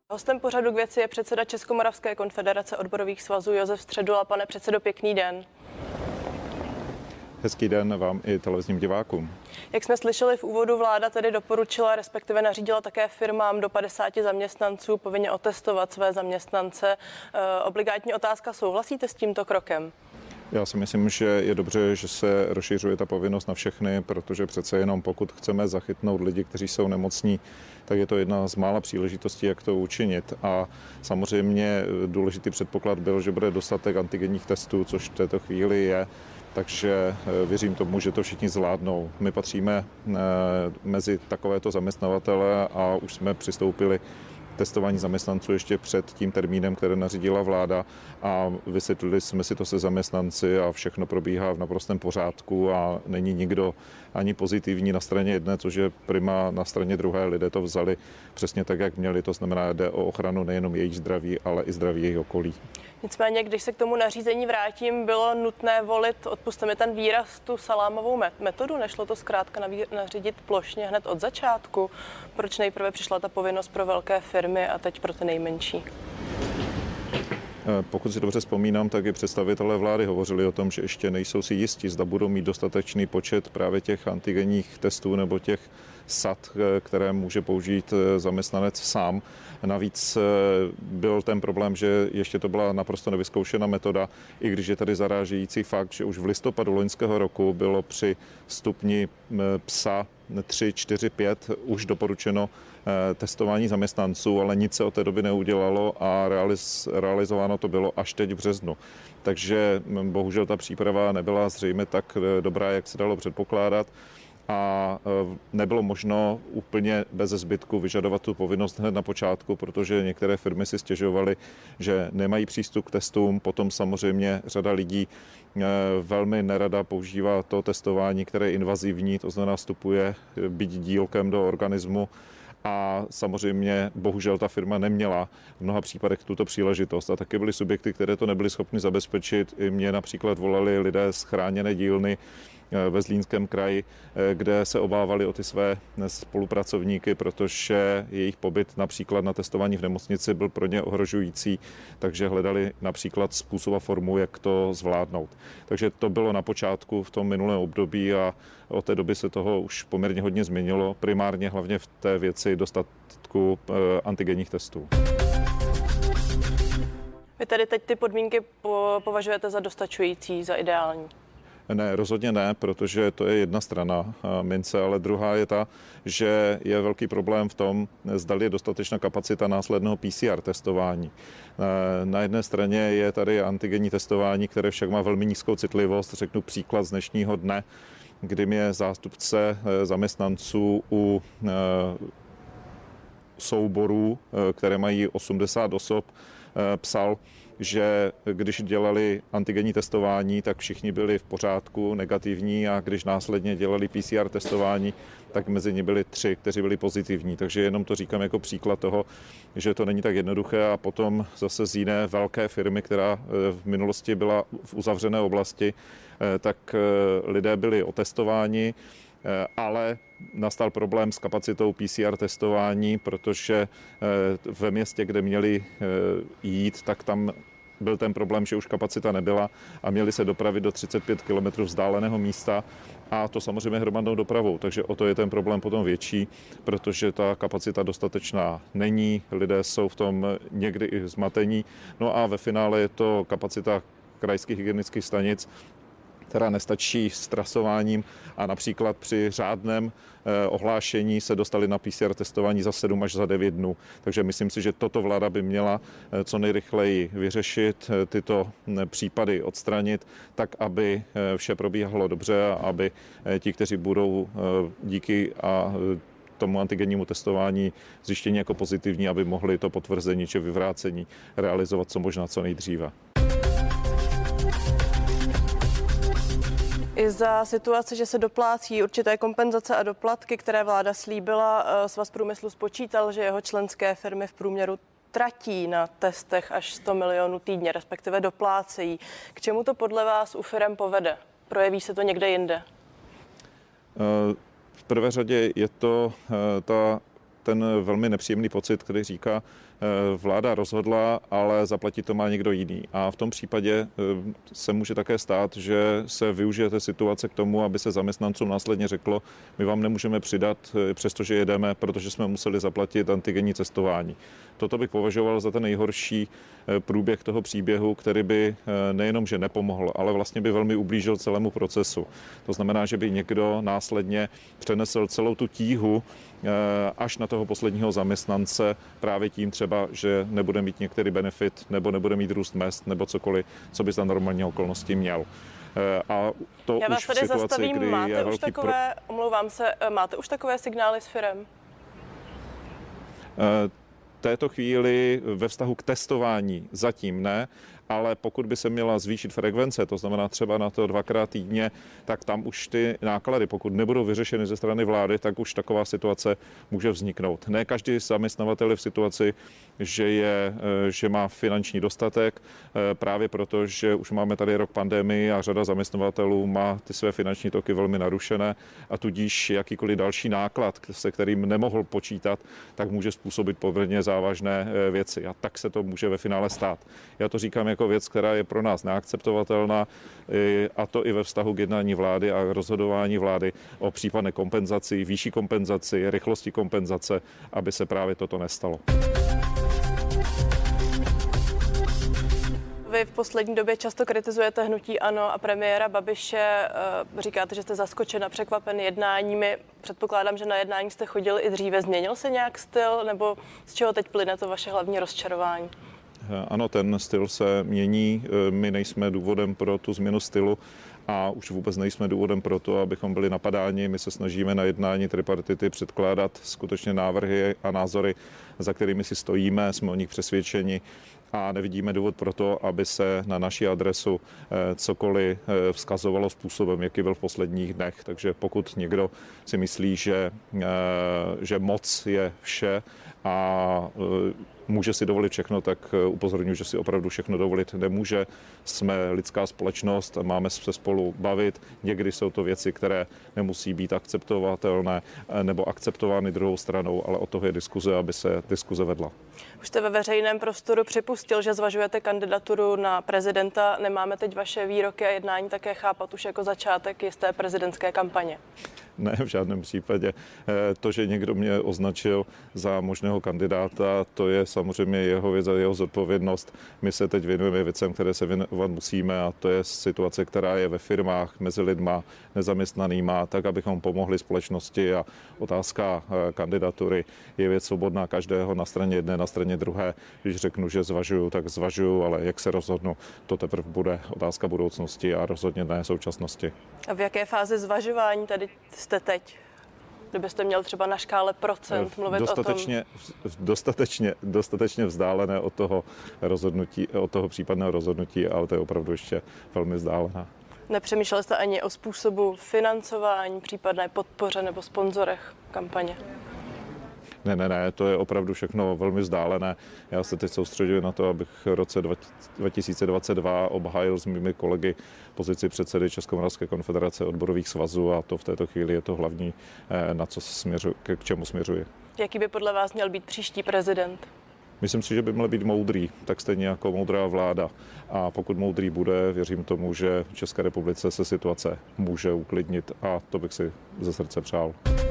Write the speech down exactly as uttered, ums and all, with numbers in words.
Hostem pořadu K věci je předseda Českomoravské konfederace odborových svazů Josef Středula. Pane předsedo, pěkný den. Hezký den vám i televizním divákům. Jak jsme slyšeli v úvodu, vláda tedy doporučila, respektive nařídila také firmám do padesáti zaměstnanců povinně otestovat své zaměstnance. E, obligátní otázka, souhlasíte s tímto krokem? Já si myslím, že je dobře, že se rozšiřuje ta povinnost na všechny, protože přece jenom pokud chceme zachytnout lidi, kteří jsou nemocní, tak je to jedna z mála příležitostí, jak to učinit. A samozřejmě důležitý předpoklad byl, že bude dostatek antigenních testů, což v této chvíli je. Takže věřím tomu, že to všichni zvládnou. My patříme mezi takovéto zaměstnavatele a už jsme přistoupili testování zaměstnanců ještě před tím termínem, který nařídila vláda, a vysvětlili jsme si to se zaměstnanci a všechno probíhá v naprostém pořádku a není nikdo ani pozitivní na straně jedné, což je prima, na straně druhé. Lidé to vzali přesně tak, jak měli. To znamená, jde o ochranu nejenom jejich zdraví, ale i zdraví jejich okolí. Nicméně, když se k tomu nařízení vrátím, bylo nutné volit, odpusťte mi ten výraz, tu salámovou metodu? Nešlo to zkrátka nařídit plošně hned od začátku? Proč nejprve přišla ta povinnost pro velké firmy a teď pro ty nejmenší? Pokud si dobře vzpomínám, tak i představitelé vlády hovořili o tom, že ještě nejsou si jistí, zda budou mít dostatečný počet právě těch antigenních testů nebo těch sad, které může použít zaměstnanec sám. Navíc byl ten problém, že ještě to byla naprosto nevyzkoušená metoda, i když je tady zarážející fakt, že už v listopadu loňského roku bylo při stupni psa tři, čtyři, pět už doporučeno testování zaměstnanců, ale nic se od té doby neudělalo a realiz, realizováno to bylo až teď v březnu. Takže bohužel ta příprava nebyla zřejmě tak dobrá, jak se dalo předpokládat. A nebylo možno úplně bez zbytku vyžadovat tu povinnost hned na počátku, protože některé firmy si stěžovaly, že nemají přístup k testům. Potom samozřejmě řada lidí velmi nerada používá to testování, které je invazivní, to znamená vstupuje byť dílkem do organismu. A samozřejmě bohužel ta firma neměla v mnoha případech tuto příležitost. A taky byly subjekty, které to nebyly schopny zabezpečit. I mě například volali lidé z chráněné dílny ve Zlínském kraji, kde se obávali o ty své spolupracovníky, protože jejich pobyt například na testování v nemocnici byl pro ně ohrožující, takže hledali například způsob a formu, jak to zvládnout. Takže to bylo na počátku v tom minulém období a od té doby se toho už poměrně hodně změnilo, primárně hlavně v té věci dostatku antigenních testů. Vy tady teď ty podmínky považujete za dostačující, za ideální? Ne, rozhodně ne, protože to je jedna strana mince, ale druhá je ta, že je velký problém v tom, zdali je dostatečná kapacita následného P C R testování. Na jedné straně je tady antigenní testování, které však má velmi nízkou citlivost. Řeknu příklad z dnešního dne, kdy mě zástupce zaměstnanců u souborů, které mají osmdesát osob, psal, že když dělali antigenní testování, tak všichni byli v pořádku, negativní, a když následně dělali P C R testování, tak mezi nimi byli tři, kteří byli pozitivní. Takže jenom to říkám jako příklad toho, že to není tak jednoduché. A potom zase z jiné velké firmy, která v minulosti byla v uzavřené oblasti, tak lidé byli otestováni, ale nastal problém s kapacitou P C R testování, protože ve městě, kde měli jít, tak tam byl ten problém, že už kapacita nebyla a měli se dopravit do třicet pět kilometrů vzdáleného místa, a to samozřejmě hromadnou dopravou. Takže o to je ten problém potom větší, protože ta kapacita dostatečná není, lidé jsou v tom někdy i zmatení. No a ve finále je to kapacita krajských hygienických stanic, která nestačí s trasováním, a například při řádném eh, ohlášení se dostali na P C R testování za sedm až za devět dnů. Takže myslím si, že toto vláda by měla eh, co nejrychleji vyřešit, eh, tyto eh, případy odstranit, tak aby eh, vše probíhalo dobře a aby eh, ti, kteří budou eh, díky a eh, tomu antigennímu testování zjištění jako pozitivní, aby mohli to potvrzení či vyvrácení realizovat co možná co nejdříve. I za situace, že se doplácí určité kompenzace a doplatky, které vláda slíbila, Svaz průmyslu spočítal, že jeho členské firmy v průměru tratí na testech až sto milionů týdně, respektive doplácejí. K čemu to podle vás u firem povede? Projeví se to někde jinde? V prvé řadě je to ta ten velmi nepříjemný pocit, který říká, vláda rozhodla, ale zaplatit to má někdo jiný. A v tom případě se může také stát, že se využije té situace k tomu, aby se zaměstnancům následně řeklo, my vám nemůžeme přidat, přestože jedeme, protože jsme museli zaplatit antigenní cestování. Toto bych považoval za ten nejhorší průběh toho příběhu, který by nejenom, že nepomohl, ale vlastně by velmi ublížil celému procesu. To znamená, že by někdo následně přenesl celou tu tíhu až na toho posledního zaměstnance právě tím třeba, že nebude mít některý benefit nebo nebude mít růst mezd nebo cokoliv, co by za normální okolnosti měl. A to Já vás už tady v situaci, zastavím, kdy máte je už velký takové, pro... omlouvám se, máte už takové signály z firem? V této chvíli ve vztahu k testování zatím ne, ale pokud by se měla zvýšit frekvence, to znamená třeba na to dvakrát týdně, tak tam už ty náklady, pokud nebudou vyřešeny ze strany vlády, tak už taková situace může vzniknout. Ne každý zaměstnavatel je v situaci, že, je, že má finanční dostatek, právě proto, že už máme tady rok pandemii a řada zaměstnavatelů má ty své finanční toky velmi narušené a tudíž jakýkoliv další náklad, se kterým nemohl počítat, tak může způsobit poměrně závažné věci a tak se to může ve finále stát. Já to říkám jako věc, která je pro nás neakceptovatelná, a to i ve vztahu k jednání vlády a rozhodování vlády o případné kompenzaci, výšší kompenzaci, rychlosti kompenzace, aby se právě toto nestalo. Vy v poslední době často kritizujete hnutí ANO a premiéra Babiše. Říkáte, že jste zaskočen a překvapen jednáními. Předpokládám, že na jednání jste chodil i dříve. Změnil se nějak styl, nebo z čeho teď plyne to vaše hlavní rozčarování? Ano, ten styl se mění. My nejsme důvodem pro tu změnu stylu a už vůbec nejsme důvodem pro to, abychom byli napadáni. My se snažíme na jednání tripartity předkládat skutečně návrhy a názory, za kterými si stojíme, jsme o nich přesvědčeni a nevidíme důvod pro to, aby se na naši adresu cokoliv vzkazovalo způsobem, jaký byl v posledních dnech. Takže pokud někdo si myslí, že, že moc je vše a může si dovolit všechno, tak upozorňuji, že si opravdu všechno dovolit nemůže. Jsme lidská společnost a máme se spolu bavit. Někdy jsou to věci, které nemusí být akceptovatelné nebo akceptovány druhou stranou, ale o toho je diskuze, aby se diskuze vedla. Už jste ve veřejném prostoru připustil, že zvažujete kandidaturu na prezidenta. Nemáme teď vaše výroky a jednání také chápat už jako začátek jisté prezidentské kampaně? Ne, v žádném případě. To, že někdo mě označil za možného kandidáta, to je samozřejmě jeho věc a jeho zodpovědnost. My se teď věnujeme věcem, které se věnovat musíme a to je situace, která je ve firmách, mezi lidma, nezaměstnanýma, tak, abychom pomohli společnosti a otázka kandidatury je věc svobodná každého na straně jedné, na straně druhé. Když řeknu, že zvažuju, tak zvažuju, ale jak se rozhodnu, to teprve bude otázka budoucnosti a rozhodně ne současnosti. A v jaké fázi zvažování tady jste teď? Kdybyste měl třeba na škále procent mluvit dostatečně, o tom? Dostatečně, dostatečně vzdálené od toho rozhodnutí, od toho případného rozhodnutí, ale to je opravdu ještě velmi vzdálené. Nepřemýšleli jste ani o způsobu financování, případné podpoře nebo sponzorech kampaně? Ne, ne, ne, to je opravdu všechno velmi vzdálené. Já se teď soustředuji na to, abych v roce dva tisíce dvacet dva obhájil s mými kolegy pozici předsedy Českomoravské konfederace odborových svazů a to v této chvíli je to hlavní, na co směřuji, k čemu směřuji. Jaký by podle vás měl být příští prezident? Myslím si, že by měl být moudrý, tak stejně jako moudrá vláda. A pokud moudrý bude, věřím tomu, že v České republice se situace může uklidnit a to bych si ze srdce přál.